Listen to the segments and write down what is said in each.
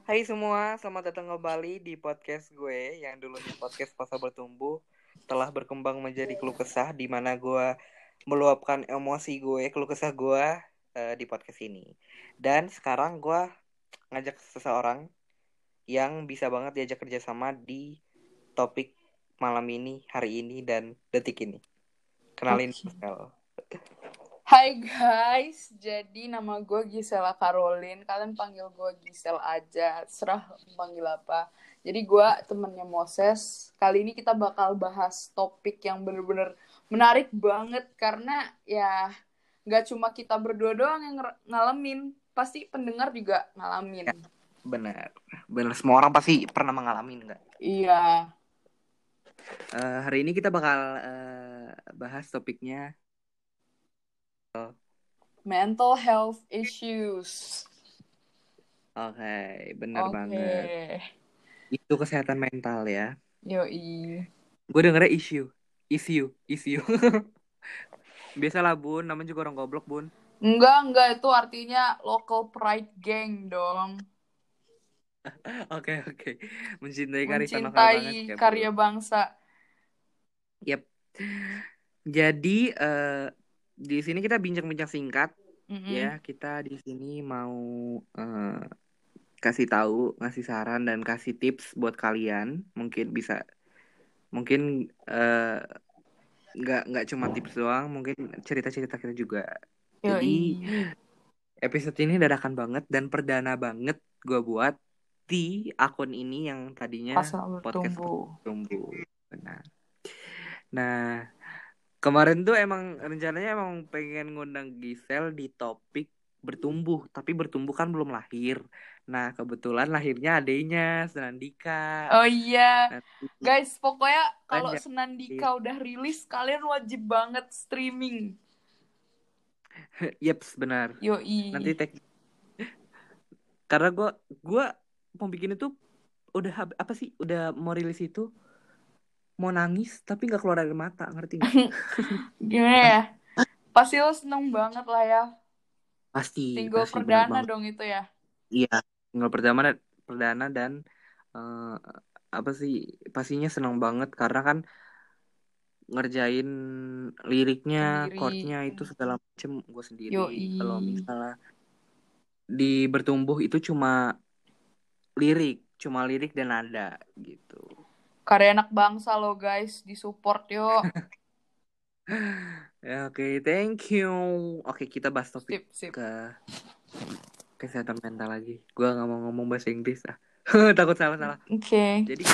Hai semua, selamat datang kembali di podcast gue yang dulunya podcast Pasar Bertumbuh telah berkembang menjadi keluh kesah di mana gue meluapkan emosi gue, keluh kesah gue di podcast ini. Dan sekarang gue ngajak seseorang yang bisa banget diajak kerjasama di topik malam ini, hari ini, dan detik ini. Kenalin Oke. Gisel. Hai guys, jadi nama gue Gisela Caroline. Kalian panggil gue Gisel aja, serah panggil apa. Jadi gue temennya Moses. Kali ini kita bakal bahas topik yang bener-bener menarik banget karena ya nggak cuma kita berdua doang yang ngalamin, pasti pendengar juga ngalamin. Ya, benar, benar semua orang pasti pernah mengalami nggak? Iya. Hari ini kita bakal bahas topiknya. Mental health issues. Oke, bener Oke. banget. Itu kesehatan mental ya. Yoi. Gue dengernya issue. Biasalah bun, namanya juga orang goblok bun. Enggak, itu artinya local pride gang dong. Oke. Mencintai kearifan lokal banget Mencintai ya bun. karya bangsa. Yep. Jadi di sini kita bincang-bincang singkat Mm-mm. ya. Kita di sini mau kasih tahu, ngasih saran dan kasih tips buat kalian. Mungkin nggak cuma tips doang, mungkin cerita-cerita kita juga. Jadi Yoi. episode ini dadakan banget dan perdana banget gue buat di akun ini yang tadinya Pasal podcast bertumbuh. tumbuh. Benar. Nah, kemarin tuh emang rencananya emang pengen ngundang Gisel di topik bertumbuh, tapi bertumbuh kan belum lahir. Nah, kebetulan lahirnya adenya Senandika. Oh iya. Nah, Guys, pokoknya kan kalau jadi Senandika udah rilis, kalian wajib banget streaming. yeps benar. Nanti Yoi. tag karena gue mau bikin itu udah apa sih udah mau rilis itu mau nangis tapi nggak keluar air mata, ngerti nggak? Gimana ya? Pasti lo seneng banget lah ya. pasti Single pasti benar perdana banget. dong itu ya. Iya, tinggal perdana dan eh, apa sih pastinya senang banget karena kan ngerjain liriknya, Sendiri. chordnya itu segala macem gue sendiri. Kalau Yoi. misalnya di bertumbuh itu cuma lirik dan nada gitu. Karya anak bangsa lo guys, disupport yuk. Ya, oke, thank you. Oke, kita bahas topik Sip. ke kesehatan mental lagi. Gue nggak mau ngomong bahasa Inggris ah. Takut salah. Oke. Jadi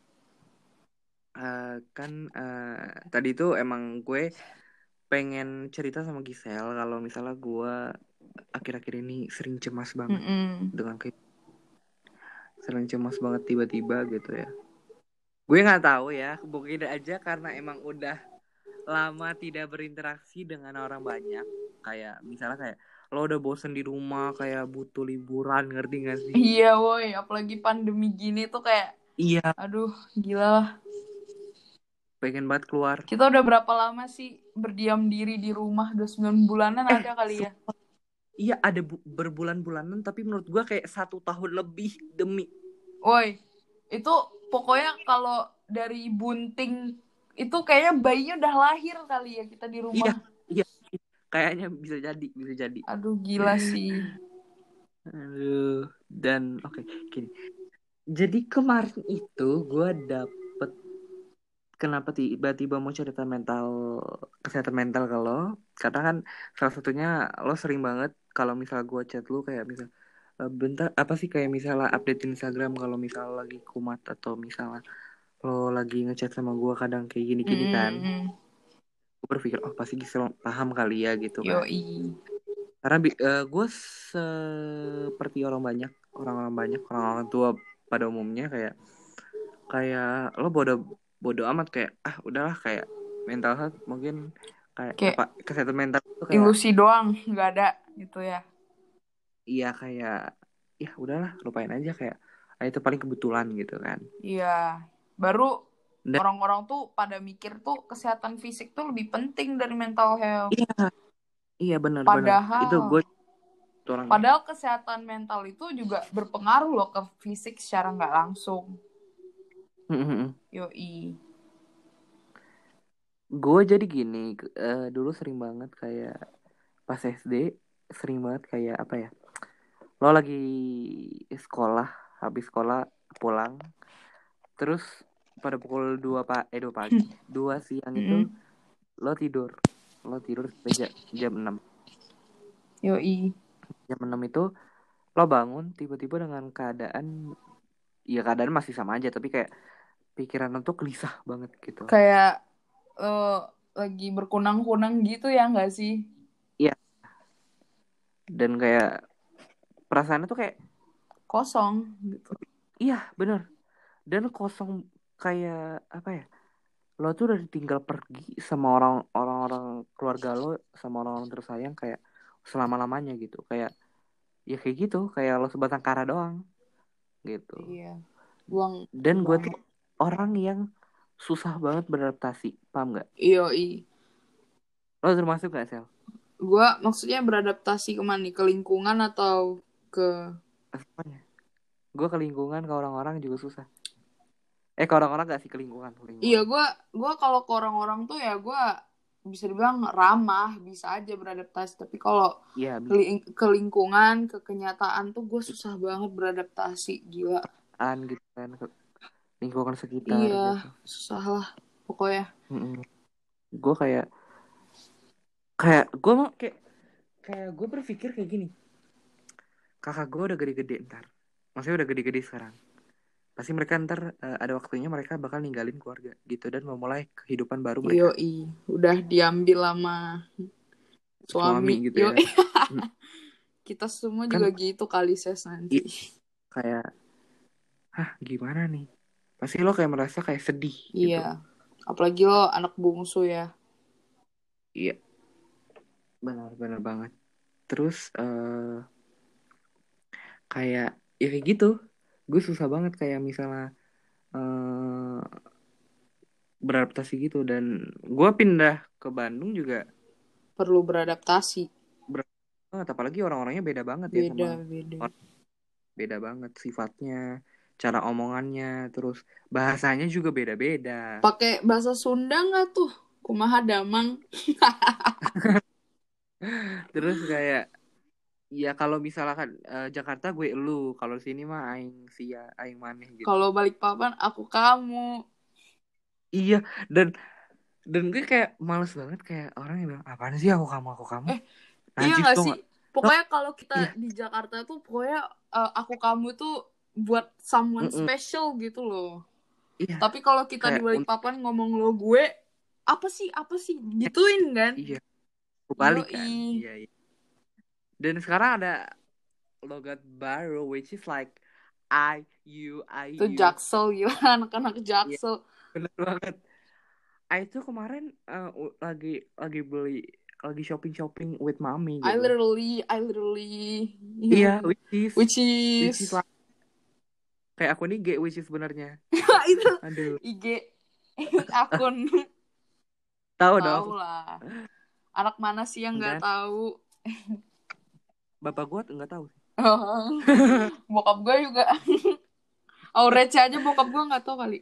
kan tadi itu emang gue pengen cerita sama Gisel kalau misalnya gue akhir-akhir ini sering cemas banget Mm-mm. dengan kayak sering cemas banget tiba-tiba gitu ya. Gue nggak tahu ya, mungkin aja karena emang udah lama tidak berinteraksi dengan orang banyak. Kayak misalnya kayak lo udah bosen di rumah, kayak butuh liburan, ngerti gak sih? Iya woi, apalagi pandemi gini tuh kayak, Iya, aduh gila lah. pengen banget keluar. Kita udah berapa lama sih berdiam diri di rumah? Udah 9 bulanan Eh, ada kali ya? iya ada berbulan-bulanan, tapi menurut gue kayak 1 tahun lebih demi. Woi, itu pokoknya kalau dari bunting, itu kayaknya bayinya udah lahir kali ya kita di Iya, rumah. iya, kayaknya bisa jadi. Aduh gila sih. Aduh, dan oke, gini. Jadi kemarin itu gue dapet kenapa tiba-tiba mau cerita kesehatan mental ke lo, karena kan salah satunya lo sering banget kalau misal gue chat lo kayak misal bentar apa sih kayak misalnya update Instagram kalau misal lagi kumat atau misalnya lo lagi ngechat sama gue kadang kayak gini-gini kan. Mm-mm. Gue berpikir oh pasti Gisel paham kali ya gitu kan. Yoi. Karena gue seperti orang-orang banyak, orang-orang tua pada umumnya kayak kayak lo bodo amat kayak udahlah kayak mental health mungkin kayak Kayak apa kesehatan mental itu kayak ilusi doang, nggak ada gitu ya. iya kayak ya udahlah lupain aja kayak itu paling kebetulan gitu kan. Iya, baru Dan orang-orang tuh pada mikir tuh kesehatan fisik tuh lebih penting dari mental health. iya iya benar itu Padahal, gue orangnya. Padahal kesehatan mental itu juga berpengaruh loh ke fisik secara nggak langsung. Yoi. Gue jadi gini, dulu sering banget kayak pas SD, sering banget kayak apa ya? Lo lagi sekolah, habis sekolah pulang, terus pada pukul 2 pagi, 2 siang itu Mm-mm. lo tidur. Lo tidur sampai jam 6. Yoi. Jam 6 itu lo bangun tiba-tiba dengan keadaan, ya keadaan masih sama aja, tapi kayak pikiran lo tuh gelisah banget gitu. Kayak lagi berkunang-kunang gitu ya nggak sih? Iya, dan kayak perasaannya tuh kayak, Kosong gitu. iya bener, dan kosong, kayak apa ya, lo tuh udah ditinggal pergi sama orang-orang keluarga lo, sama orang-orang tersayang kayak selama-lamanya gitu, kayak ya kayak gitu, kayak lo sebatang kara doang gitu. Iya. Buang Dan gue tuh banget. orang yang susah banget beradaptasi, paham nggak? Yoi. Lo termasuk gak, Sel? Gue maksudnya beradaptasi kemana nih? Ke lingkungan atau ke... Semuanya. Gue ke lingkungan, ke orang-orang juga susah. Ke orang-orang gak sih, ke lingkungan, ke Iya, lingkungan. gue kalau ke orang-orang tuh ya gue bisa dibilang ramah, bisa aja beradaptasi. Tapi kalau Iya, ke lingkungan, ke kenyataan tuh gue susah banget beradaptasi, gila. bisaan gitu kan, ke lingkungan sekitar Iya, gitu. susah lah pokoknya. Gue kayak gue mau kayak gue berpikir kayak gini, kakak gue udah gede-gede ntar, maksudnya udah gede-gede sekarang, pasti mereka ntar ada waktunya mereka bakal ninggalin keluarga gitu dan memulai kehidupan baru mereka, Yoi, udah diambil sama suami suami. gitu ya. Yoi, kita semua Kan juga gitu kali ses nanti. kayak, gimana nih, pasti lo kayak merasa kayak sedih Iya, gitu. apalagi lo anak bungsu ya. Iya, benar-benar banget. Terus kayak ya kayak gitu, gue susah banget kayak misalnya eh beradaptasi gitu, dan gue pindah ke Bandung juga Perlu beradaptasi. berat banget, apalagi orang-orangnya beda banget ya sama Beda. orang, beda banget sifatnya, cara omongannya, terus bahasanya juga beda-beda. Pakai bahasa Sunda nggak tuh? Kumaha damang. Terus kayak, ya kalau misalkan Jakarta gue lu, kalau sini mah aing sia aing maneh gitu. Kalau balik papan aku kamu. Iya, dan gue kayak males banget kayak orang yang bilang apaan sih aku kamu, Iya najis nggak tuh sih? nggak. Oh, Pokoknya kalau kita iya, di Jakarta tuh pokoknya aku kamu tuh buat someone mm-mm, special gitu loh. iya, Tapi kalau kita di kayak Balikpapan ngomong lo gue, apa sih gituin kan? iya, kebalik kan, Yoi. iya, iya. Dan sekarang ada logat baru which is like I Itu you. Jaksel gila anak-anak Iya, Jaksel. bener banget. Itu kemarin lagi beli, lagi shopping with mami gitu. I literally Iya, which which is is like kayak aku nih gay, which is sebenarnya. itu Aduh, IG akun tahu tahu dong. lah. Anak mana sih yang nggak Dan tahu? bapak gua nggak tahu sih. Bokap gue juga. Oh, receh aja bokap gue nggak tahu kali.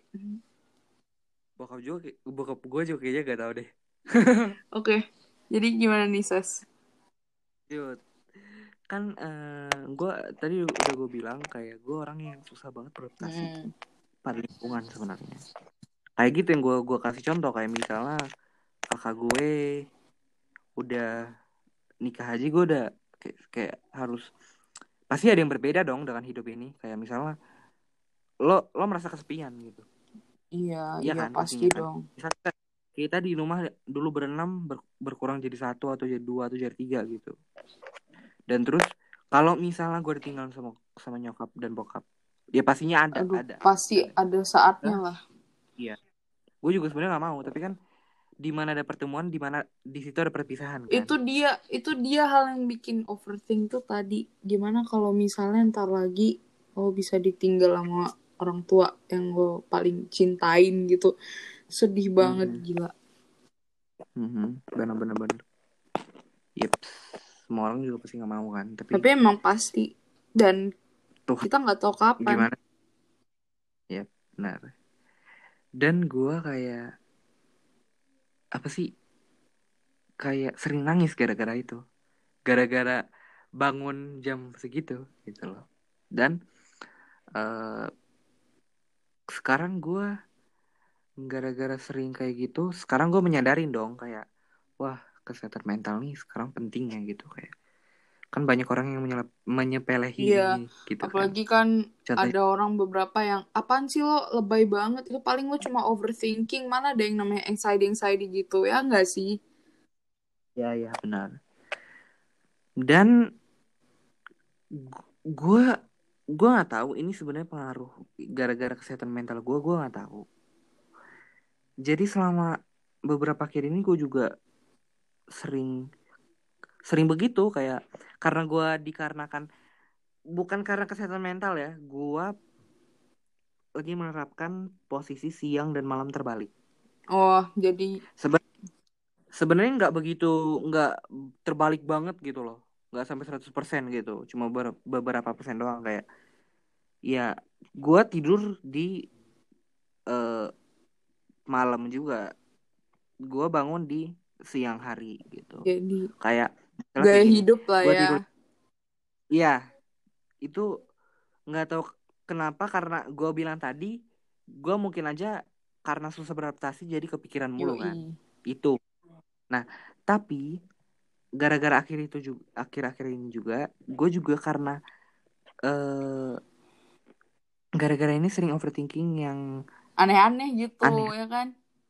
Bokap gua juga kayaknya nggak tahu deh. Oke. Jadi gimana nih, Ses? Yud, kan gue tadi udah gue bilang kayak gue orang yang susah banget beradaptasi pada lingkungan sebenarnya. Kayak gitu yang gue kasih contoh, kayak misalnya kakak gue udah nikah aja, gue udah kayak harus, pasti ada yang berbeda dong dengan hidup ini, kayak misalnya lo merasa kesepian gitu. Iya, Iya iya kan, pasti pastinya kan, dong. misalnya kita di rumah dulu berenam, berkurang jadi satu atau jadi dua atau jadi tiga gitu. Dan terus kalau misalnya gue ditinggal sama sama nyokap dan bokap, ya pastinya Aduh, ada pasti ada saatnya nah, lah. iya, gue juga sebenarnya nggak mau, tapi kan di mana ada pertemuan, di mana di situ ada perpisahan kan. Itu dia hal yang bikin overthink tuh tadi. Gimana kalau misalnya ntar lagi lo bisa ditinggal sama orang tua yang lo paling cintain gitu. Sedih banget, Mhm. gila. Benar. Yep. semua orang juga pasti nggak mau kan, Tapi emang pasti. Dan tuh kita nggak tahu kapan. gimana ya, benar. Dan gue kayak apa sih, kayak sering nangis gara-gara itu, gara-gara bangun jam segitu gitu loh. Dan eh, sekarang gue gara-gara sering kayak gitu, sekarang gue menyadarin dong kayak, wah, kesehatan mental nih sekarang penting ya gitu. Kayak kan banyak orang yang menyepelehi Iya, ini gitu kan. apalagi kan Contohnya ada orang beberapa yang, apaan sih lo lebay banget, itu paling lo cuma overthinking, mana ada yang namanya anxiety gitu, ya nggak sih? ya, ya benar. Dan gue nggak tahu ini sebenarnya pengaruh gara-gara kesehatan mental gue nggak tahu. Jadi selama beberapa akhir ini gue juga sering sering begitu, kayak karena gue dikarenakan bukan karena kesehatan mental ya, gue lagi menerapkan posisi siang dan malam terbalik. Oh, jadi Seben- Sebenarnya nggak begitu, nggak terbalik banget gitu loh, nggak sampai 100% gitu, cuma beberapa persen doang. Kayak ya gue tidur di eh, malam juga, gue bangun di siang hari gitu. jadi Kayak misalnya gaya kayak gini, hidup lah gue ya. tidur, iya itu nggak tahu kenapa, karena gue bilang tadi gue mungkin aja karena susah beradaptasi jadi kepikiran mulu kan Yoi. itu. Nah, tapi gara-gara akhir-akhir ini juga gue juga karena eh gara-gara ini sering overthinking yang Aneh-aneh gitu, aneh ya kan?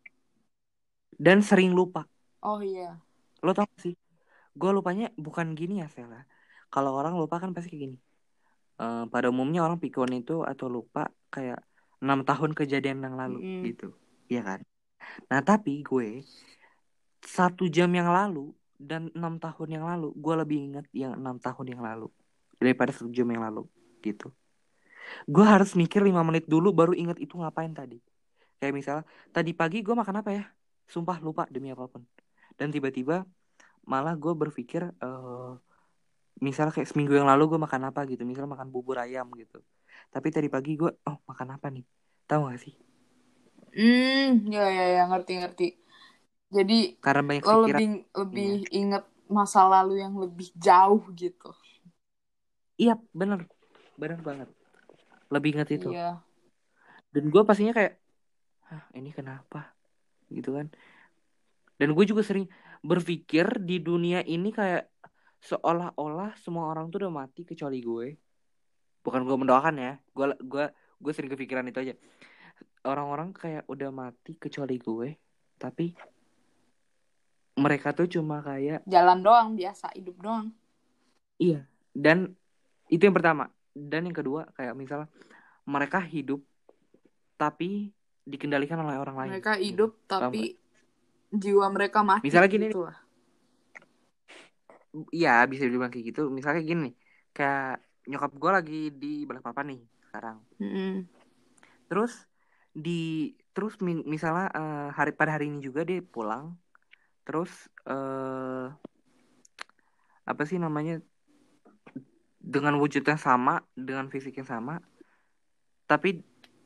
dan sering lupa. Oh iya. Lo tau gak sih, gue lupanya bukan gini ya Sela, kalau orang lupa kan pasti kayak gini. Pada umumnya orang pikun itu atau lupa kayak 6 tahun kejadian yang lalu Mm-mm. gitu, iya kan? Nah tapi gue 1 jam yang lalu dan 6 tahun yang lalu, gue lebih ingat yang 6 tahun yang lalu daripada 1 jam yang lalu gitu. Gue harus mikir 5 menit dulu baru inget itu ngapain tadi. Kayak misalnya tadi pagi gue makan apa ya, sumpah lupa demi apapun. Dan tiba-tiba malah gue berpikir misalnya kayak seminggu yang lalu gue makan apa gitu, misalnya makan bubur ayam gitu, tapi tadi pagi gue oh makan apa nih, tahu gak sih? Ya ya ya, ngerti-ngerti. Jadi Karena banyak lo pikiran. lebih lebih Iya, inget masa lalu yang lebih jauh gitu. iya bener, bener banget, lebih ingat itu. Iya. Dan gue pastinya kayak, hah ini kenapa gitu kan. Dan gue juga sering berpikir di dunia ini kayak seolah-olah semua orang tuh udah mati kecuali gue. Bukan gue mendoakan ya, gue sering kepikiran itu aja. Orang-orang kayak udah mati kecuali gue, tapi mereka tuh cuma kayak Jalan doang, biasa hidup doang. iya. Dan itu yang pertama. Dan yang kedua kayak misalnya mereka hidup tapi dikendalikan oleh orang lain Mereka gitu. hidup Paham tapi gak? jiwa mereka mati Misalnya gini nih, gitu lah. iya bisa dibilang kayak gitu. Misalnya gini nih, kayak nyokap gue lagi di Balikpapan nih sekarang. Mm-mm. Terus di misalnya pada hari ini juga dia pulang. Terus apa sih namanya, dengan wujud yang sama, dengan fisik yang sama, tapi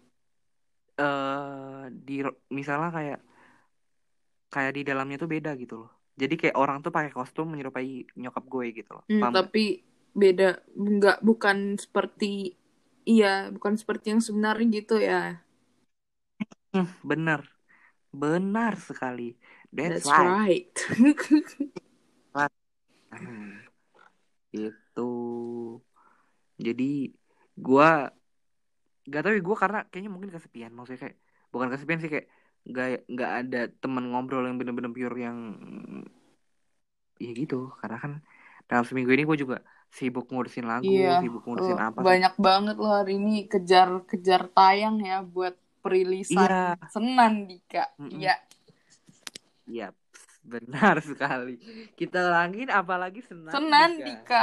misalnya kayak di dalamnya tuh beda gitu loh. Jadi kayak orang tuh pakai kostum menyerupai nyokap gue gitu loh. Paham gak? Tapi beda, nggak, bukan seperti, iya, bukan seperti yang sebenarnya gitu ya. Bener, benar sekali. That's That's right. right. Hmm, itu. Jadi gue gak tahu ya, gue karena kayaknya mungkin kesepian. Maksudnya kayak bukan kesepian sih, kayak nggak ada teman ngobrol yang bener-bener pure yang ya gitu. Karena kan dalam seminggu ini gue juga sibuk ngurusin lagu, Iya, sibuk lo ngurusin apa sih. banyak banget lo hari ini kejar-kejar tayang ya buat perilisan Iya. Senan, Dika. Mm-mm. Iya. Iya, benar sekali. Kita ulangin apalagi Senan, Senandika. Dika.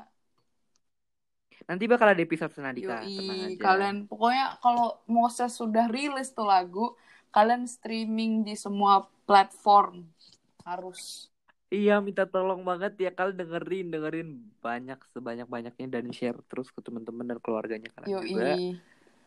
Nanti bakal ada episode Senandika, Yoi, tenang aja. kalian pokoknya kalau Moses sudah rilis tuh lagu, kalian streaming di semua platform harus. Iya, minta tolong banget ya kalian dengerin banyak sebanyak-banyaknya dan share terus ke teman-teman dan keluarganya kalian juga Yoi.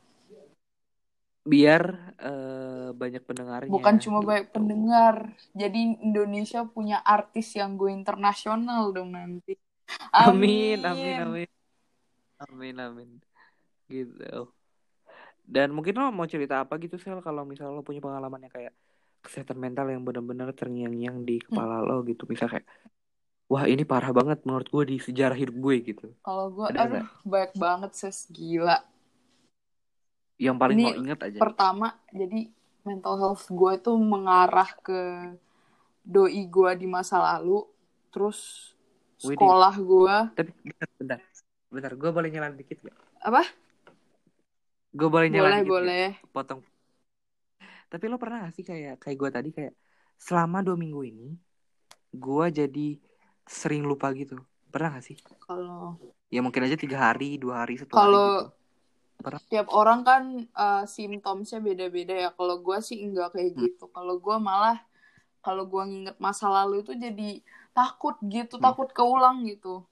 biar banyak pendengarnya Bukan cuma banyak gitu. pendengar. Jadi Indonesia punya artis yang go internasional dong nanti. Amin, amin, Amin. amin, amin, amin, gitu. Dan mungkin lo mau cerita apa gitu Sel kalau misalnya lo punya pengalaman yang kayak kesehatan mental yang benar-benar terngiang-ngiang di Hmm. kepala lo gitu, misal kayak wah ini parah banget menurut gue di sejarah hidup gue gitu. Kalau gue, Ada aduh, nggak banyak banget ses, gila. yang paling Ini lo inget aja? pertama, jadi mental health gue tuh mengarah ke doi gue di masa lalu, terus Widih, sekolah gue, tapi bentar, bentar, gue boleh nyelan dikit gak? apa? Gue boleh nyelan Boleh, dikit gak? boleh. Potong. Tapi lo pernah gak sih kayak gue tadi kayak selama 2 minggu ini gue jadi sering lupa gitu. Pernah gak sih? Kalau Ya mungkin aja 3 hari, 2 hari, 1 hari gitu. kalau Pernah? tiap orang kan simptomnya beda-beda ya. Kalau gue sih enggak kayak Hmm. gitu. Kalau gue malah, kalau gue nginget masa lalu itu jadi takut gitu, Hmm. takut keulang gitu.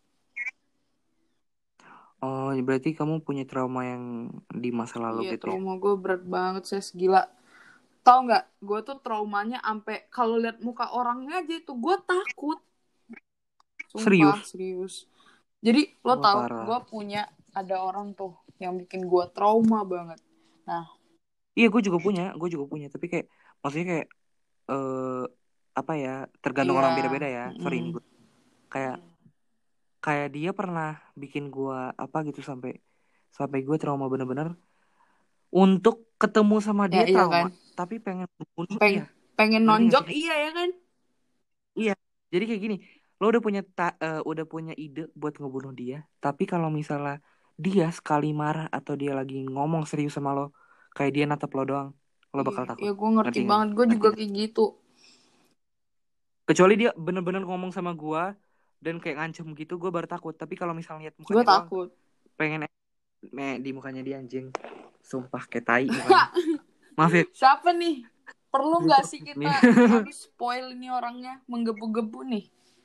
Oh, berarti kamu punya trauma yang di masa lalu Iya, gitu ya? trauma gue berat banget, saya gila. Tahu nggak, gue tuh traumanya sampai kalau lihat muka orangnya aja itu gue takut. Sumpah, Serius? serius. Jadi lo Wah, tahu, parah. gue punya ada orang tuh yang bikin gue trauma banget. Nah, Iya, gue juga punya. Tapi kayak, maksudnya kayak, apa ya, tergantung iya, orang beda-beda ya. Sorry ini gue. mm-mm. Kayak, kayak dia pernah bikin gue apa gitu sampai, sampai gue trauma bener-bener. Untuk ketemu sama Ya dia iya kan. trauma, tapi pengen bunuh Peng iya. pengen Ngerti gak nonjok sih? Kayak, iya ya kan. iya. Jadi kayak gini, lo udah punya ide buat ngebunuh dia, tapi kalau misalnya dia sekali marah atau dia lagi ngomong serius sama lo, kayak dia natap lo doang, lo Iya, bakal ya takut. gue ngerti Ngerti gak sih? banget, gue Ngerti juga gak? kayak gitu. Kecuali dia bener-bener ngomong sama gua dan kayak ngancem gitu, gua baru takut. Tapi kalau misalnya lihat Gue mukanya doang, takut. pengen di mukanya dia anjing. Sumpah kayak tai mukanya. Maaf ya. Siapa nih? Perlu nggak sih Nih. kita aduh spoil ini orangnya, menggebu-gebu nih.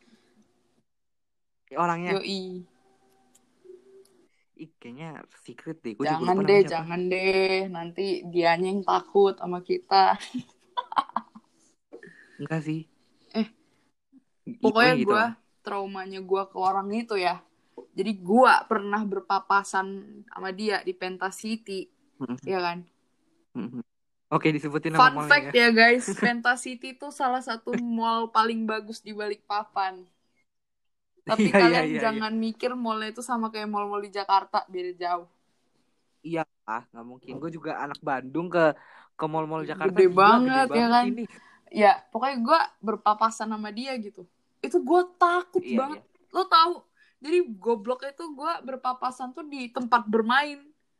Orangnya, Yoi. ih, kayaknya secret deh. Gue juga lupa namanya siapa. Jangan deh. Nanti dianya yang takut sama kita. Enggak sih. Eh, Pokoknya pokoknya gitu gue, lah. traumanya gue ke orang itu ya. Jadi gue pernah berpapasan sama dia di Pentas City. Mm-mm. Ya kan? Mm-mm. Oke, disebutin nama Fun malnya fact ya. ya guys, Pentas City itu salah satu mall paling bagus di Balikpapan. Tapi Iya, iya, kalian iya, iya. jangan mikir mallnya itu sama kayak mall-mall di Jakarta, beda jauh. Iya, nggak mungkin. Gue juga anak Bandung ke mall-mall Jakarta, Gede gila, gede banget ya banget kan. ini. Ya pokoknya gue berpapasan sama dia gitu, itu gue takut Iya, banget. iya. Lo tahu, jadi gobloknya tuh gue berpapasan tuh di tempat bermain.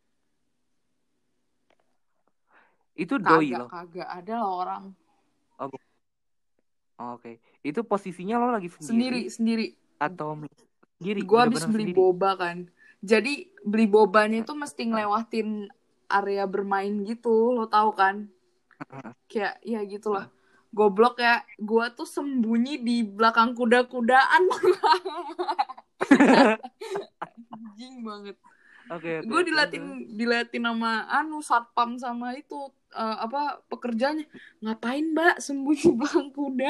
Itu doi Kagak loh. kagak ada lah orang. Oh, oke. Itu posisinya lo lagi sendiri Sendiri sendiri. atau sendiri? Gue habis Bener-bener beli sendiri. boba kan, jadi beli bobanya itu mesti Ah, ngelewatin area bermain gitu, lo tahu kan. ah, Kayak ya gitulah. ah. Goblok ya, gue tuh sembunyi di belakang kuda-kudaan. Anjing banget. Oke, oke, Gue terus, terus. dilatin sama satpam sama itu apa pekerjanya, ngapain mbak sembunyi belakang kuda.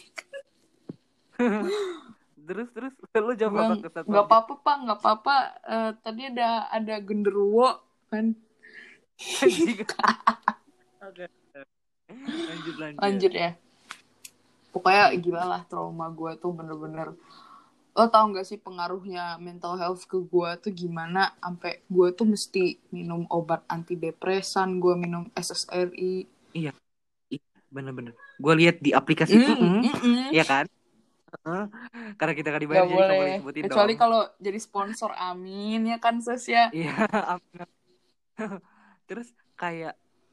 Terus lo jawab Bang, apa ke nggak satpamnya? apa-apa pak, nggak apa-apa. Tadi ada genderuwo kan. Anjing. Oke. Lanjut, lanjut. Lanjut ya, pokoknya gila lah, trauma gue tuh bener-bener. Lo tau gak sih pengaruhnya mental health ke gue tuh gimana, sampai gue tuh mesti minum obat antidepresan, gue minum SSRI. Iya, iya, bener-bener. Gue lihat di aplikasi, ya kan? Heeh. Karena kita gak dibayar, Gak jadi gak boleh. boleh disebutin Kecuali dong. kalau jadi sponsor, amin ya kan Sos ya. Iya, amin. Terus kayak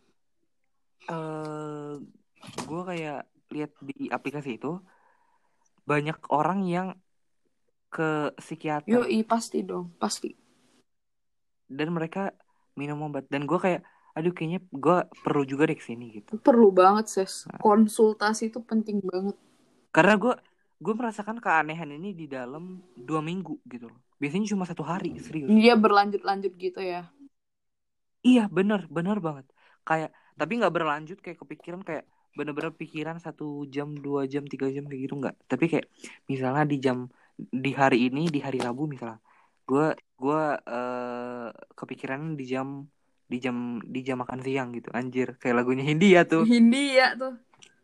gue kayak lihat di aplikasi itu banyak orang yang ke psikiater Yoi, pasti dong, pasti. dan mereka minum obat dan gue kayak aduh kayaknya gue perlu juga deh kesini gitu. Perlu banget, Ses. Nah, Konsultasi itu penting banget. karena gue gue merasakan keanehan ini di dalam 2 minggu gitu loh. Biasanya cuma 1 hari, serius. Dia berlanjut-lanjut gitu ya. Iya bener banget. Kayak tapi nggak berlanjut kayak kepikiran kayak bener-bener pikiran 1 jam 2 jam 3 jam kayak gitu nggak. Tapi kayak misalnya di hari ini di hari Rabu misalnya gue kepikiran di jam makan siang gitu anjir kayak lagunya Hindia tuh. Hindia tuh.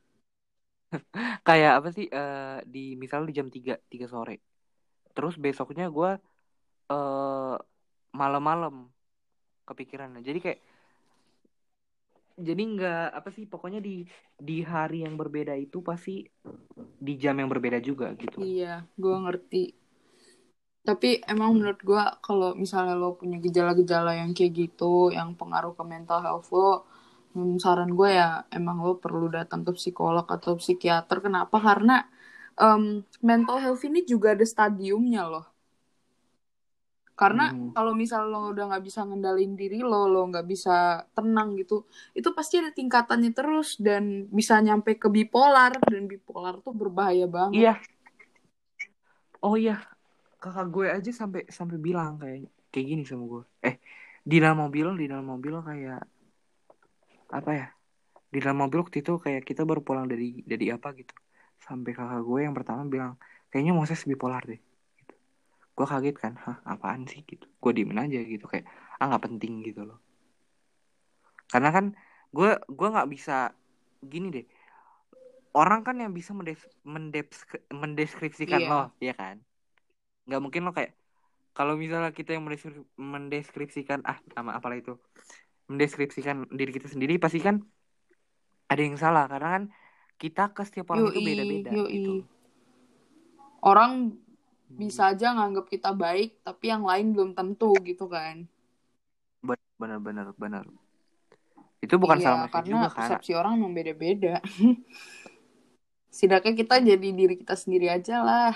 Kayak apa sih misalnya di jam 3 sore. Terus besoknya gue eh malam-malam kepikiran. Jadi nggak apa sih pokoknya di hari yang berbeda itu pasti di jam yang berbeda juga gitu. Iya, gue ngerti. Tapi emang menurut gue kalau misalnya lo punya gejala-gejala yang kayak gitu, yang pengaruh ke mental health lo, saran gue ya emang lo perlu datang ke psikolog atau psikiater. Kenapa? Karena mental health ini juga ada stadiumnya loh. Karena kalau misal lo udah nggak bisa ngendalin diri lo nggak bisa tenang gitu, itu pasti ada tingkatannya terus dan bisa nyampe ke bipolar, dan bipolar tuh berbahaya banget. Iya. Oh iya, kakak gue aja sampai sampai bilang kayak gini sama gue. Di dalam mobil kayak apa ya? Di dalam mobil waktu itu kayak kita baru pulang dari apa gitu. Sampai kakak gue yang pertama bilang, kayaknya Moses bipolar deh. Gitu. Gue kaget kan, hah apaan sih gitu. Gue diemin aja gitu kayak nggak penting gitu loh. Karena kan gue nggak bisa gini deh. Orang kan yang bisa mendeskripsikan lo, Iya. ya kan? Nggak mungkin lo kayak kalau misalnya kita yang mendeskripsikan nama apalah itu, mendeskripsikan diri kita sendiri pasti kan ada yang salah karena kan kita ke setiap orang itu beda-beda gitu. Yoi. Orang Gitu. bisa aja nganggap kita baik, tapi yang lain belum tentu gitu kan. Benar. Itu bukan Iya, salah mereka karena juga kan. persepsi orang memang beda-beda. Setidaknya kita jadi diri kita sendiri aja lah.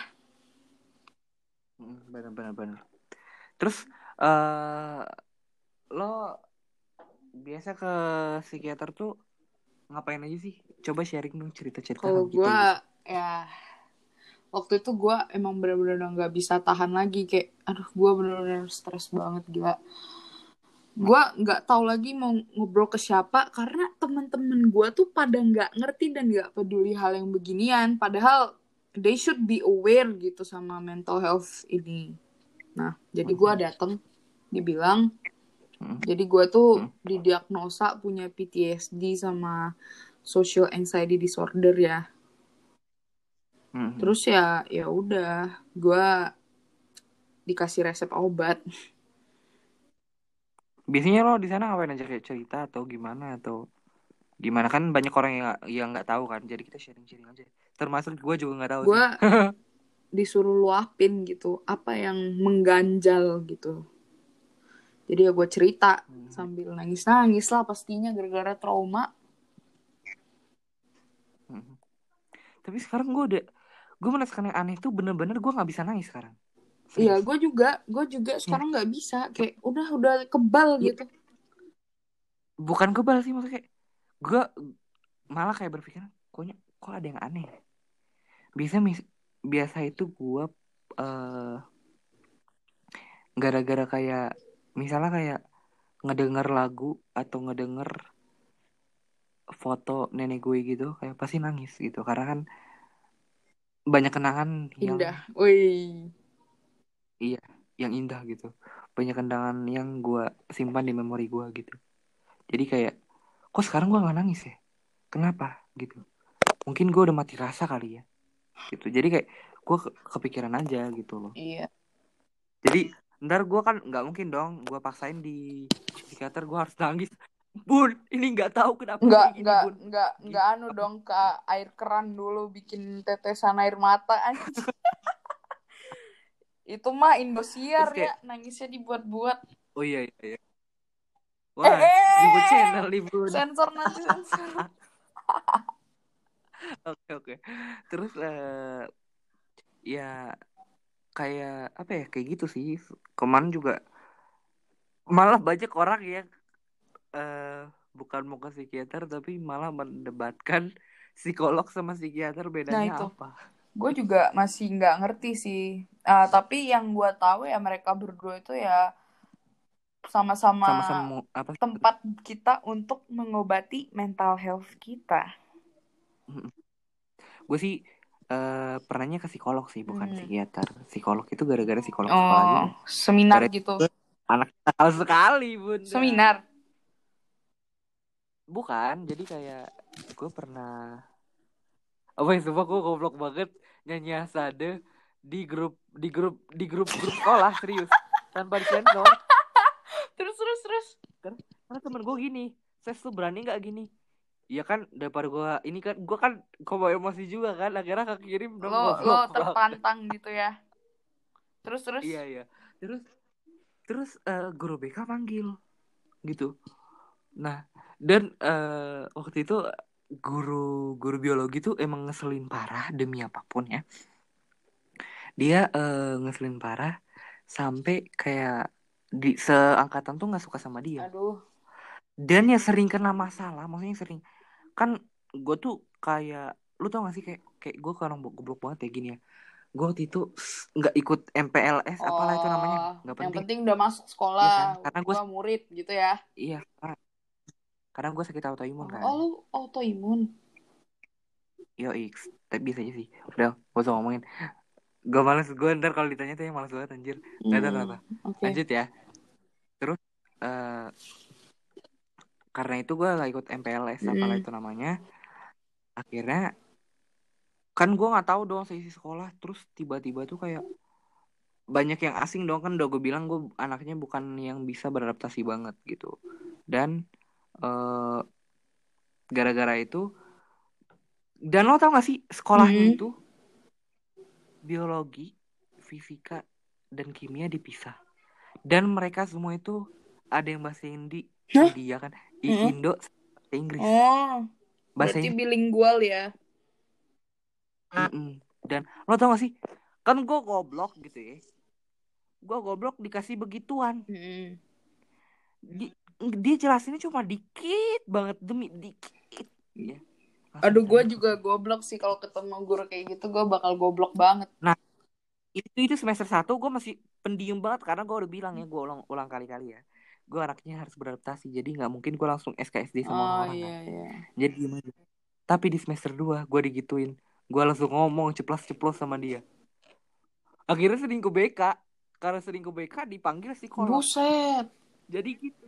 Benar. Terus eh lo biasa ke psikiater tuh ngapain aja sih? Coba sharing dong cerita-cerita Kalau sama kita gue, gitu. ya waktu itu gue emang bener-bener nggak bisa tahan lagi, kayak aduh gue bener-bener stres banget, gila. Gue nggak tahu lagi mau ngobrol ke siapa karena teman-teman gue tuh pada nggak ngerti dan nggak peduli hal yang beginian, padahal they should be aware gitu sama mental health ini. Nah, jadi gue datang, dibilang jadi gue tuh didiagnosa punya PTSD sama social anxiety disorder ya. Terus ya udah, gue dikasih resep obat. Biasanya lo di sana ngapain aja kayak cerita atau gimana kan banyak orang yang nggak tahu kan jadi kita sharing aja termasuk gue juga nggak tahu sih. Gue disuruh luapin gitu apa yang mengganjal gitu. Jadi ya gue cerita sambil nangis lah pastinya gara-gara trauma. Tapi sekarang gue merasakan yang aneh tuh bener-bener gue nggak bisa nangis sekarang, Iya, serius. gue juga Ya, sekarang nggak bisa, kayak udah kebal ya, gitu. bukan kebal sih maksudnya kayak gue malah kayak berpikir kok ada yang aneh. Biasa itu gue eh gara-gara kayak misalnya kayak ngedenger lagu atau ngedenger foto nenek gue gitu kayak pasti nangis gitu karena kan banyak kenangan yang Indah, wih. iya yang indah gitu, banyak kenangan yang gue simpan di memori gue gitu. Jadi kayak kok sekarang gue nggak nangis ya, kenapa gitu, mungkin gue udah mati rasa kali ya gitu. Jadi kayak gue kepikiran aja gitu loh. Iya. Jadi ntar gue kan nggak mungkin dong gue paksain di psikiater gue harus nangis. Bun ini nggak tahu kenapa Nggak, kayak gini nggak, bun nggak, nggak gitu. anu dong ke air keran dulu bikin tetesan air mata anjing. Itu mah Indosiar Terus ya, kayak nangisnya dibuat-buat. oh iya. Eh, Wah nyebut eh, channel nih bun. sensor nanti sensor. Oke. Terus ya kayak apa ya kayak gitu sih. Kemarin juga malah banyak orang yang eh bukan mau ke psikiater tapi malah mendebatkan psikolog sama psikiater Nah bedanya itu, apa. Gue juga masih nggak ngerti sih. Tapi yang gue tahu ya mereka berdua itu ya sama-sama Sama-sama apa sih? tempat kita untuk mengobati mental health kita. Gue sih pernahnya ke psikolog sih, bukan Hmm. psikiater. Psikolog itu gara-gara psikolog sekolah Oh, juga. seminar Gara gitu. anak tahu sekali bunda. Seminar. Bukan, jadi kayak gue pernah apa ya, sumpah gue goblok banget nyanyi Asade di grup sekolah serius tanpa disensor. Terus. Karena temen gue gini, Ses tuh berani nggak gini? Iya kan, daripada gue ini kan, gue kan kok emosi juga kan, akhirnya kekirim dong Lo goblok banget. tertantang gitu ya. Terus. Iya. Terus guru BK panggil gitu. Nah, dan waktu itu guru biologi tuh emang ngeselin parah demi apapun ya. Dia ngeselin parah sampai kayak di seangkatan tuh nggak suka sama dia. Aduh. Dan ya sering kena masalah, maksudnya sering kan gue tuh kayak lu tau gak sih kayak gue kan orang goblok banget ya gini ya. Gue waktu itu nggak ikut MPLS apalah itu namanya, Oh, nggak yang penting. penting udah masuk Iya kan, sekolah, karena gue gue murid gitu ya. iya karena gue sakit autoimun kan. Oh, lu autoimun. Yo X, tapi bisa aja sih. Udah, gak usah ngomongin. Gue males, gue ntar kalau ditanya tuh yang males banget anjir. Gak tahu kenapa. Oke. Lanjut ya. Terus karena itu gue gak ikut MPLS apalah itu namanya. Akhirnya kan gue nggak tahu dong seisi sekolah. Terus tiba-tiba tuh kayak banyak yang asing dong, kan udah gue bilang gue anaknya bukan yang bisa beradaptasi banget gitu. Dan eh, gara-gara itu, dan lo tau gak sih sekolahnya itu biologi, fisika, dan kimia dipisah. Dan mereka semua itu ada yang bahasa India kan, Indo, bahasa Inggris. Oh, Bahasa berarti Inggris. bilingual ya. Dan lo tau gak sih, kan gue goblok gitu ya. Gue goblok dikasih begituan. Dia jelasinnya cuma dikit banget, demi dikit. Ya. Aduh, gue juga goblok sih kalau ketemu guru kayak gitu, gue bakal goblok banget. Nah, itu semester 1 gue masih pendiam banget karena gue udah bilang ya, gue ulang kali-kali ya. Gue anaknya harus beradaptasi, jadi nggak mungkin gue langsung SKSD sama orang-orang kan. Iya. Jadi gimana? Tapi di semester 2 gue digituin. Gue langsung ngomong ceplos-ceplos sama dia. Akhirnya sering ke BK. Karena sering ke BK dipanggil psikolog. Buset. Jadi gitu.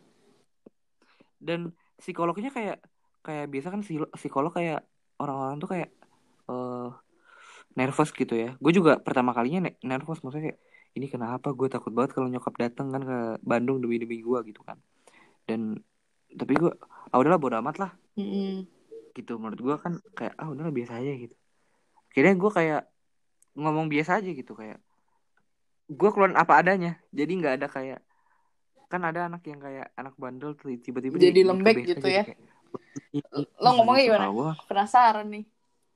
Dan psikolognya kayak biasa kan, psikolog kayak orang-orang tuh kayak nervous gitu ya. Gue juga pertama kalinya nervous, maksudnya kayak ini kenapa, gue takut banget kalau nyokap datang kan ke Bandung demi gue gitu kan. Dan tapi gue udahlah bodo amat lah. Gitu menurut gue kan kayak udahlah biasa aja gitu. Akhirnya gue kayak ngomong biasa aja gitu, kayak gue keluarin apa adanya. Jadi nggak ada kayak, kan ada anak yang kayak anak bandel tuh tiba-tiba jadi di lembek BK gitu jadi ya. kayak Lo ngomongnya gitu. gimana? Kalau gue, Penasaran nih.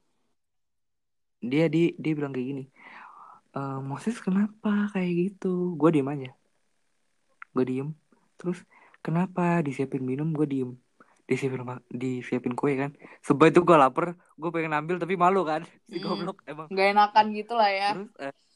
dia bilang kayak gini, Moses kenapa kayak gitu? Gue diem aja. Gue diem. Terus kenapa disiapin minum? Gue diem. Disiapin kue kan. Sebab itu gue lapar, gue pengen ambil tapi malu kan. Si goblok emang. Gak enakan gitu lah ya. Terus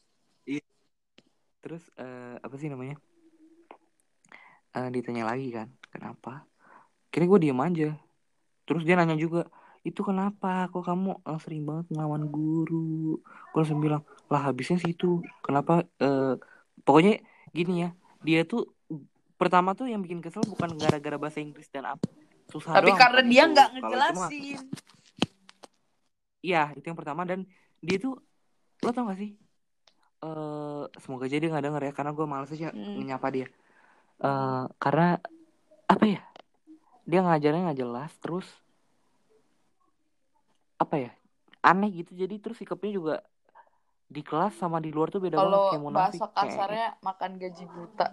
terus apa sih namanya? Ditanya lagi kan, kenapa? Kira gue diem aja. Terus dia nanya juga, itu kenapa? Kok kamu sering banget ngelawan guru? Gue langsung bilang, lah habisnya sih itu. Kenapa? Pokoknya gini ya, dia tuh pertama tuh yang bikin kesel bukan gara-gara bahasa Inggris dan apa, susah tapi doang, karena bukan dia itu. nggak Kalau itu mah, ngejelasin. iya itu yang pertama. Dan dia tuh, lo tau gak sih? Semoga aja dia nggak denger ya, karena gue males aja nyapa dia. Karena apa ya? Dia ngajarnya nggak jelas, terus apa ya? Aneh gitu. Jadi terus sikapnya juga di kelas sama di luar tuh beda banget, Kalau kayak munafik. bahasa kasarnya makan gaji buta.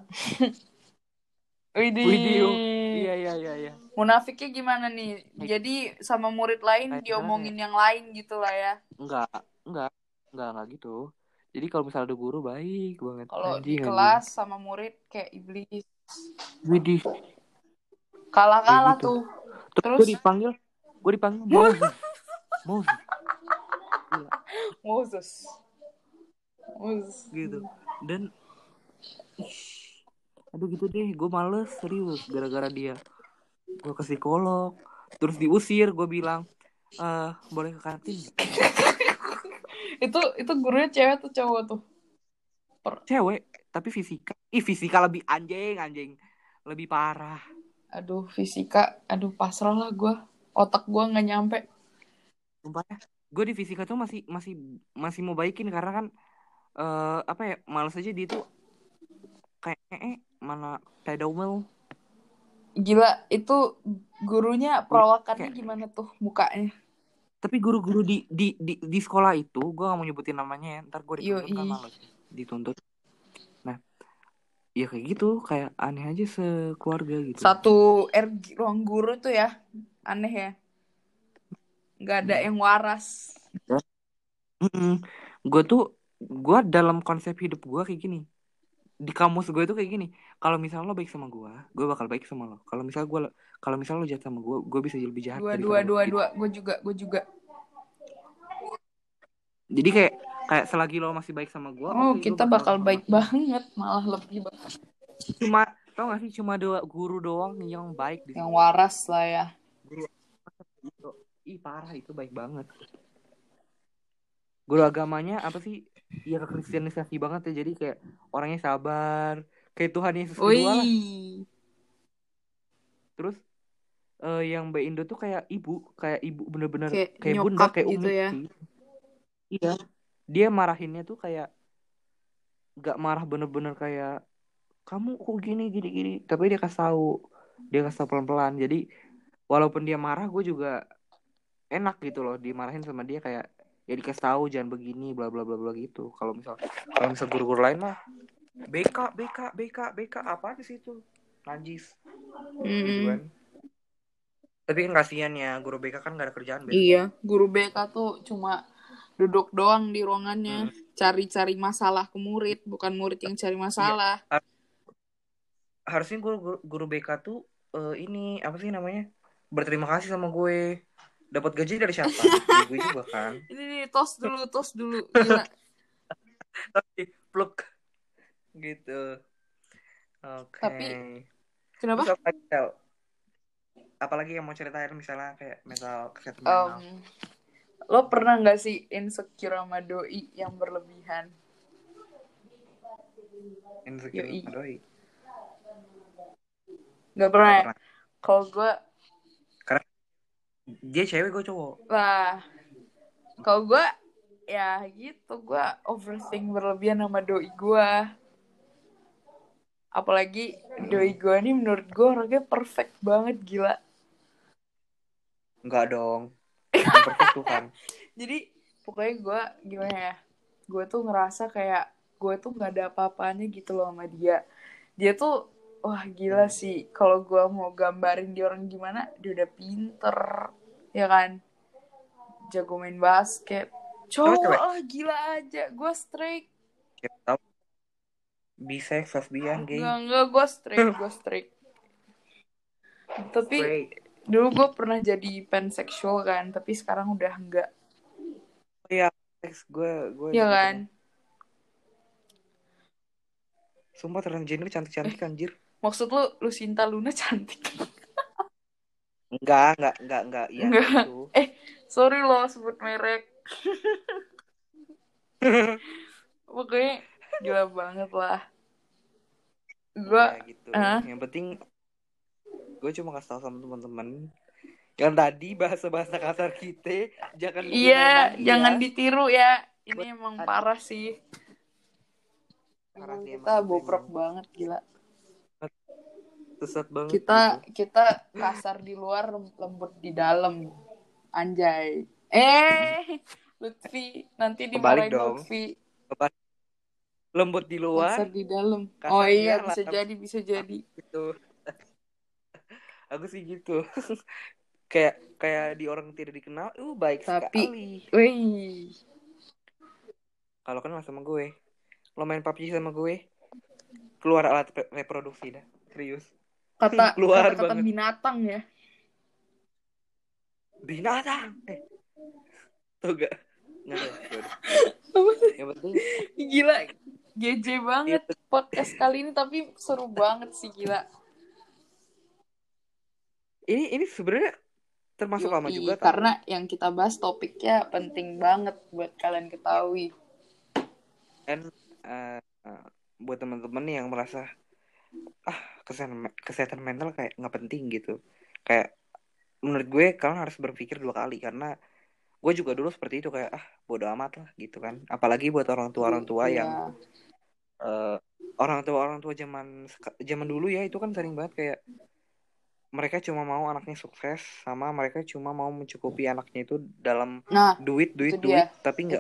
Video. Widih. Iya. Munafiknya gimana nih? Jadi sama murid lain Kayak diomongin yang lain gitu lah ya. enggak gitu. Jadi kalau misalnya ada guru baik banget, Kalau di anjing. kelas sama murid kayak iblis. Widih, Kalah-kalah gitu. tuh. Terus gue dipanggil Moses. Moses. Gitu. Dan aduh gitu deh, gue males serius gara-gara dia. Gue ke psikolog, terus diusir. Gue bilang, boleh ke kantin nggak? Itu gurunya cewek atau cowok tuh? Cewek, tapi fisika. Fisika lebih anjing. Lebih parah. Aduh, fisika. Aduh, pasrah lah gue. Otak gue nggak nyampe. Sumpah ya, gue di fisika tuh masih mau baikin karena kan apa ya, males aja dia tuh kayak mana pedomel. Gila, itu gurunya perawakannya Kayak, gimana tuh mukanya? tapi guru-guru di sekolah itu gue gak mau nyebutin namanya ya, ntar gue dituntut kan, Yoi. males dituntut. Nah ya kayak gitu, kayak aneh aja sekeluarga gitu. Satu ruang guru tuh ya, aneh ya. Nggak ada yang waras. Gue dalam konsep hidup gue kayak gini, di kamus gue itu kayak gini: kalau misalnya lo baik sama gue bakal baik sama lo. Kalau misalnya lo jahat sama gue bisa jadi lebih jahat daripada lo gitu. Gue juga. Jadi kayak selagi lo masih baik sama gue, Oh, oke, gue kita bakal baik banget, malah lebih baik. Cuma tau gak sih, cuma guru doang yang baik di Yang sekolah. waras lah ya. Guru itu, parah, itu baik banget. Guru agamanya apa sih? Ya kekristenisasi banget ya, jadi kayak orangnya sabar, kayak Tuhan Yesus kedua lah. Terus yang Mbak Indo tuh kayak ibu bener-bener kayak bunda, nyokap kayak gitu umi. ya. Iya, dia marahinnya tuh kayak gak marah bener-bener kayak kamu kok gini, tapi dia kasih tahu pelan-pelan. Jadi walaupun dia marah, gue juga enak gitu loh dimarahin sama dia, kayak ya dikasih tahu jangan begini bla bla bla bla gitu. Kalau misal guru-guru lain mah BK apa di situ najis gitu kan. Tapi kan kasihan ya, guru BK kan gak ada kerjaan biasanya. Iya, guru BK tuh cuma duduk doang di ruangannya, cari-cari masalah ke murid, bukan murid yang cari masalah. Iya. Harusnya guru BK tuh ini apa sih namanya, berterima kasih sama gue, dapat gaji dari siapa? Dari gue juga kan. Ini tos dulu, gila. Tapi pluk gitu. Oke. Tapi kenapa? Terus apalagi yang mau ceritain, misalnya kayak kesehatan mental. Lo pernah nggak sih insecure sama doi yang berlebihan? Insecure sama doi? Nggak pernah ya? Kalau gue, karena dia cewek, gue cowok. Lah, kalau gue ya gitu, gue overthink berlebihan sama doi gue. Apalagi doi gue ini menurut gue orangnya perfect banget, gila. Enggak dong, yang perfect tuh kan. Jadi pokoknya gue gimana ya, gue tuh ngerasa kayak gue tuh nggak ada apa-apanya gitu loh sama dia. Dia tuh wah gila sih, kalau gue mau gambarin dia orang gimana, dia udah pinter ya kan, jago main basket, cowok lah, gila aja. Gue straight. Siapa tahu bisex, lesbian, gay. Enggak, gue straight. Tapi dulu gue pernah jadi panseksual kan, tapi sekarang udah enggak. Iya, gue ya kan. Sumpah transgender cantik-cantik anjir. Maksud lu Sinta Luna cantik? Enggak. Iya, enggak. Itu. Sorry loh sebut merek. Pokoknya gila banget lah. Gue gitu. Yang penting gue cuma kasih tahu sama teman-teman yang tadi bahasa kasar kita jangan digunakan lagi, jangan ditiru ya. Ini emang parah sih. Kita boprok banget, gila. Sesat banget. Kita kasar di luar, lembut di dalam. Anjay. Lutfi, nanti dimarahin Lutfi. Lembut di luar, kasar di dalam. Oh iya, bisa jadi. Gitu. Aku sih gitu. kayak di orang tidak dikenal, baik sekali. Kalau kenal sama gue, lo main PUBG sama gue, keluar alat reproduksi dah, serius. Keluar kata binatang ya. Binatang. Tuh gak? Nggak ada. Yang penting Gila, GJ banget itu. podcast kali ini, tapi seru banget sih, gila. Ini sebenarnya termasuk lama juga tahu. Karena yang kita bahas topiknya penting banget buat kalian ketahui. Dan buat teman-teman yang merasa kesehatan mental kayak nggak penting gitu, kayak menurut gue kalian harus berpikir 2 kali, karena gue juga dulu seperti itu, kayak bodo amat lah gitu kan. Apalagi buat orang tua yang orang tua zaman dulu ya, itu kan sering banget kayak mereka cuma mau anaknya sukses, sama mereka cuma mau mencukupi anaknya itu dalam duit, tapi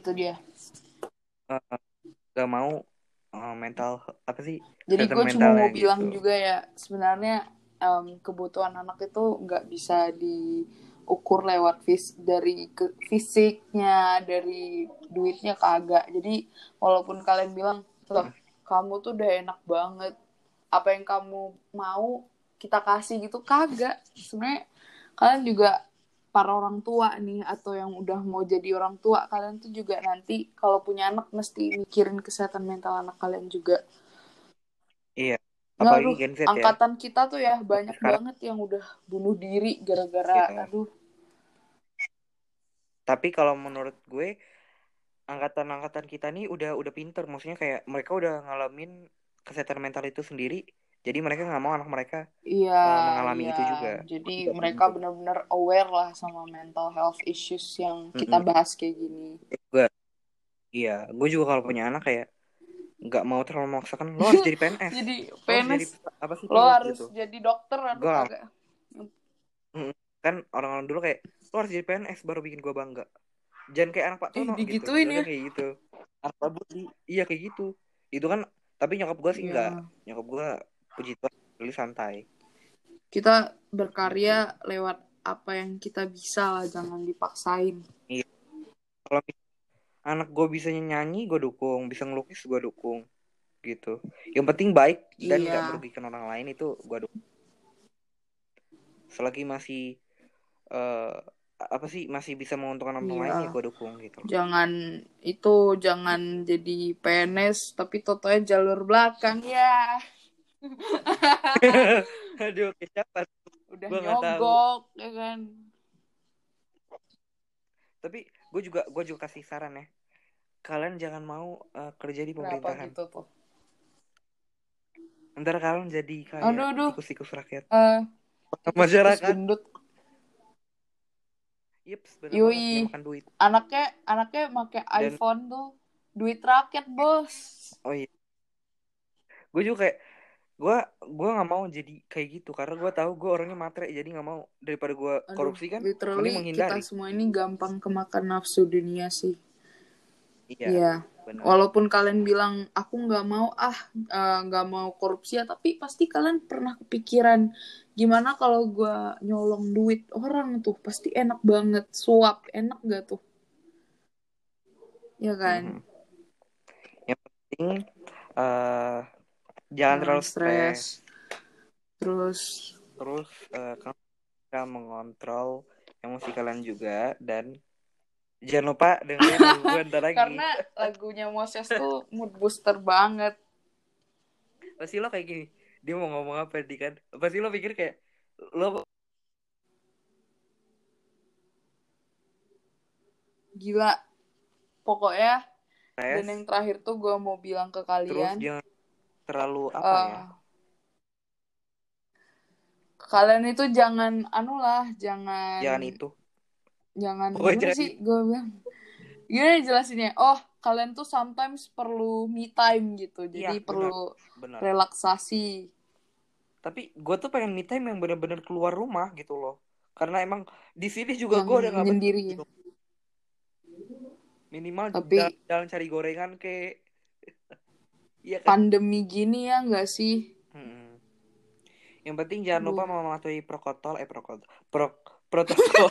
nggak mau mental apa sih, Jadi kesehatan gue cuma mentalnya mau bilang gitu. juga ya, sebenarnya kebutuhan anak itu nggak bisa diukur lewat dari fisiknya, dari duitnya kagak. Jadi walaupun kalian bilang, loh kamu tuh udah enak banget, apa yang kamu mau kita kasih gitu, kagak. Sebenarnya kalian juga para orang tua nih, atau yang udah mau jadi orang tua, kalian tuh juga nanti kalau punya anak mesti mikirin kesehatan mental anak kalian juga. Iya, Nggak, apalagi aduh, Gen Z ya. angkatan kita tuh ya banyak Sekarang banget yang udah bunuh diri gara-gara, ya. aduh. Tapi kalau menurut gue angkatan kita nih udah pinter, maksudnya kayak mereka udah ngalamin kesehatan mental itu sendiri, jadi mereka nggak mau anak mereka Iya, mengalami iya. itu juga. Jadi Juga mereka gitu. benar-benar aware lah sama mental health issues yang kita Mm-mm. bahas kayak gini. Gue, iya, gue juga kalau punya anak kayak nggak mau terlalu memaksakan lo harus jadi PNS, Jadi lo harus jadi PNS, apa sih, lo pilot harus gitu. jadi dokter, aduh Gue kagak. kan orang-orang dulu kayak lo harus jadi PNS baru bikin gue bangga. Jangan kayak anak Pak Tono gitu, Digituin udah ya. kayak gitu. Anak Pak Budi, iya kayak gitu. Itu kan, tapi nyokap gue sih enggak. Iya. Nyokap gue puji Tuhan, lebih santai. Kita Gitu. berkarya lewat apa yang kita bisa lah, jangan dipaksain. Iya. Kalau anak gue bisa nyanyi, gue dukung. Bisa ngelukis, gue dukung. Gitu. Yang penting baik dan nggak Iya. merugikan orang lain, itu gue dukung. Selagi masih eh apa sih, masih bisa menguntungkan orang Iya. lain, ya gue dukung gitu. Jangan jadi PNS tapi totonya jalur belakang ya. Aduh, kecapet. Udah Gue nggak tahu. nyogok ya kan. Tapi gue juga kasih saran ya. Kalian jangan mau kerja di Kenapa pemerintahan. gitu tuh? Ntar kalian jadi kayak Aduh. tikus-tikus rakyat. Tikus-tikus Masyarakat. gendut. Yeps, bener banget, yang Yui. makan duit. Anaknya pakai Dan iPhone tuh. Duit rakyat, Bos. oh iya, gue juga kayak gue nggak mau jadi kayak gitu, karena gue tahu gue orangnya matre, jadi nggak mau. Daripada gue Aduh, korupsi kan, mending literally kita menghindari. semua ini gampang kemakan nafsu dunia sih. Iya, Iya. bener. Walaupun kalian bilang aku nggak mau korupsi ya, tapi pasti kalian pernah kepikiran gimana kalau gue nyolong duit orang tuh, pasti enak banget. Suap enak gak tuh? Ya kan? Mhm. Yang penting jangan terlalu stres. Terus Terus kalian bisa mengontrol emosi kalian juga, dan jangan lupa dengerin lagu gue ntar lagi. karena lagunya Moses tuh mood booster banget. Pasti lo kayak gini, dia mau ngomong apa di kan, pasti lo pikir kayak lo Gila. Pokoknya, dan stres. yang terakhir tuh gue mau bilang ke Terus kalian, jangan terlalu apa ya, kalian itu jangan jangan itu, jangan pokoknya gimana jangan sih itu. gue bilang, gimana jelasinnya, kalian tuh sometimes perlu me time gitu, Iya jadi benar, perlu benar. relaksasi. Tapi gue tuh pengen me time yang benar-benar keluar rumah gitu loh, karena emang di sini juga Yang gue udah nggak betah menyendiri ya. gitu. Minimal Tapi jalan cari gorengan kayak, iya kan. pandemi gini ya nggak sih? Yang penting jangan lupa Aduh. mematuhi protokol.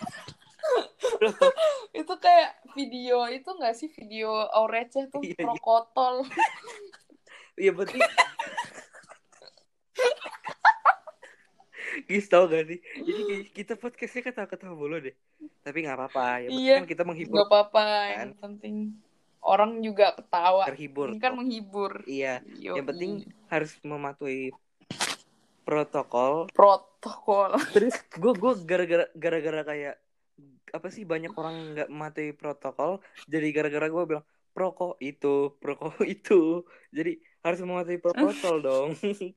Itu kayak video itu nggak sih, video Aureceh tuh, Iya, iya. prokotol. Yang penting Gis tau gak sih? Jadi kita podcastnya ketawa-ketawa mulu deh. Tapi nggak apa-apa. Yang penting Iya, kan kita menghibur nggak apa-apa. kan, Yang penting orang juga ketawa. terhibur Ini kan dong. menghibur. Iya. Yang penting Yoi. harus mematuhi protokol. Protokol. Terus gue gara-gara kayak apa sih, banyak orang nggak mematuhi protokol. Jadi gara-gara gue bilang proko itu. Jadi harus mematuhi protokol dong.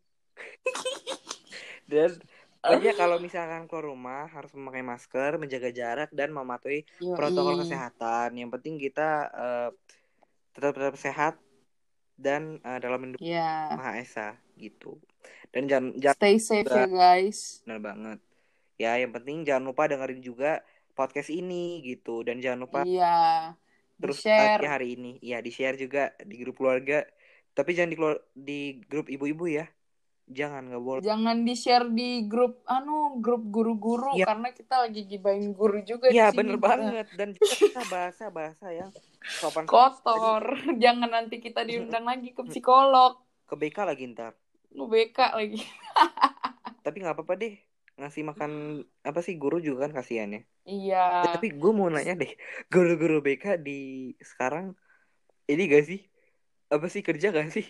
Dan pokoknya kalau misalkan keluar rumah harus memakai masker, menjaga jarak, dan mematuhi protokol Yoi. kesehatan. Yang penting kita tetap sehat dan dalam lindungan Ya, Maha Esa gitu. Dan jangan stay safe juga, ya guys. benar banget. Ya, yang penting jangan lupa dengerin juga podcast ini gitu, dan jangan lupa Iya, terus di-share. hari ini ya di-share juga di grup keluarga. Tapi jangan di grup ibu-ibu ya. Jangan, nggak boleh. Jangan di-share di grup guru-guru Iya, karena kita lagi gibain guru juga iya di sini bener kita. banget. Dan juga kita bahasa-bahasa yang sopan. Jadi Kotor. Jangan nanti kita diundang lagi ke psikolog. ke BK lagi ntar. Lu BK lagi. Tapi nggak apa-apa deh. Ngasih makan apa sih, guru juga kan kasihan ya. Iya. Tapi gue mau nanya deh, guru-guru BK di sekarang ini gak sih? Apa sih, kerja gak sih?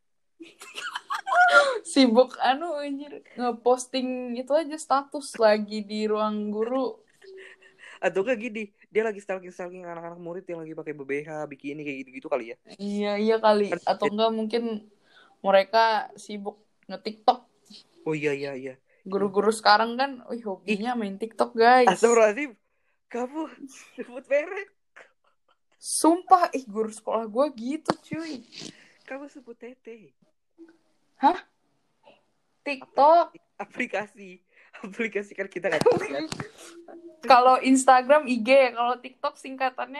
Sibuk anjir ngeposting itu aja status lagi di ruang guru. Atau gak gini, dia lagi stalking anak-anak murid yang lagi pakai BBH, bikini kayak gitu-gitu kali ya? Iya, iya kali. Kan, Atau enggak mungkin mereka sibuk nge-TikTok. oh iya iya iya. Guru-guru sekarang kan, Ih, hobinya main TikTok, guys. astagfirullahaladzim, kamu sebut merek, Sumpah, guru sekolah gue gitu, cuy. kamu sebut tete. Hah? TikTok? Aplikasi, aplikasi kan kita nggak tahu kan. Kalau Instagram IG, kalau TikTok singkatannya.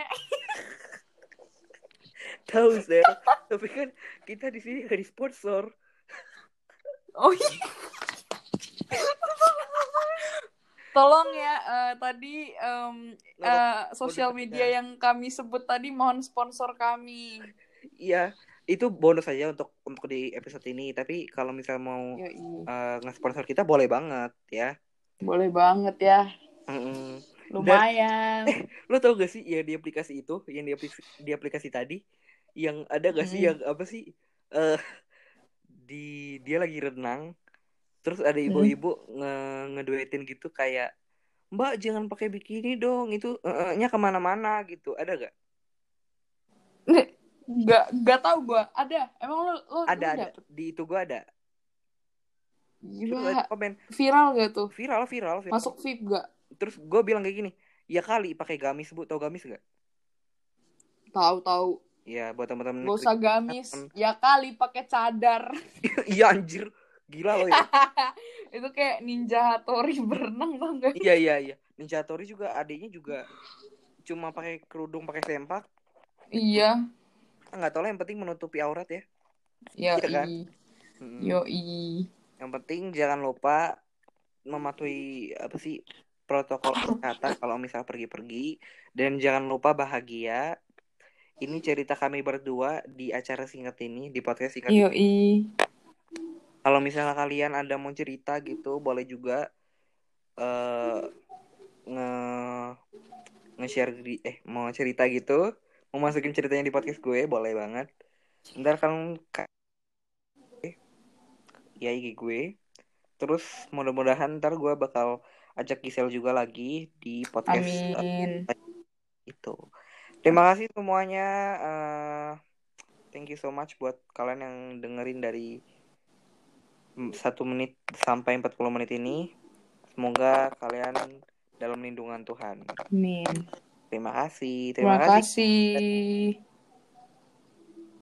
Tahu sih, tapi kan kita di sini nggak di sponsor. Oh iya. Tolong ya, tadi sosial media yang kami sebut tadi mohon sponsor kami. Iya, itu bonus aja untuk di episode ini. Tapi kalau misal mau Yoi. nge-sponsor kita boleh banget ya. Boleh banget ya. Mm-mm. Dan Lumayan. lo tau gak sih yang di aplikasi itu, yang di aplikasi tadi, yang ada gak sih yang apa sih, eh dia lagi renang, terus ada ibu-ibu ngeduetin gitu kayak, Mbak jangan pakai bikini dong, itu nya kemana-mana gitu, ada gak? Nggak tahu gue. Ada. Emang lo Ada dapet? di itu gua ada. Terus ada Gila. komen Viral gak tuh? viral. Masuk feed gak? Terus gue bilang kayak gini, ya kali pakai gamis bu, tau gamis gak? Tahu. Ya buat teman-teman. Gak usah gamis. Ya kali pakai cadar. Iya anjir, gila lo ya. Itu kayak Ninja Hattori berenang tau gak? Iya. Ninja Tori juga adiknya juga cuma pakai kerudung, pakai sempak. Iya. Nggak tahu lah, yang penting menutupi aurat ya. Yoi. Iya kan? Yoi. Yang penting jangan lupa mematuhi apa sih, protokol kesehatan kalau misal pergi-pergi, dan jangan lupa bahagia. Ini cerita kami berdua di acara singkat ini, di podcast singkat ini. Yoi. Kalau misalnya kalian ada mau cerita gitu, boleh juga nge-share mau cerita gitu, mau masukin ceritanya di podcast gue, boleh banget. Ntar kan ya IG gue. Terus mudah-mudahan ntar gue bakal ajak Gisel juga lagi di podcast Amin. itu. Terima kasih semuanya. Thank you so much buat kalian yang dengerin dari 1 menit sampai 40 menit ini. Semoga kalian dalam lindungan Tuhan. Amin. Terima kasih. Terima kasih.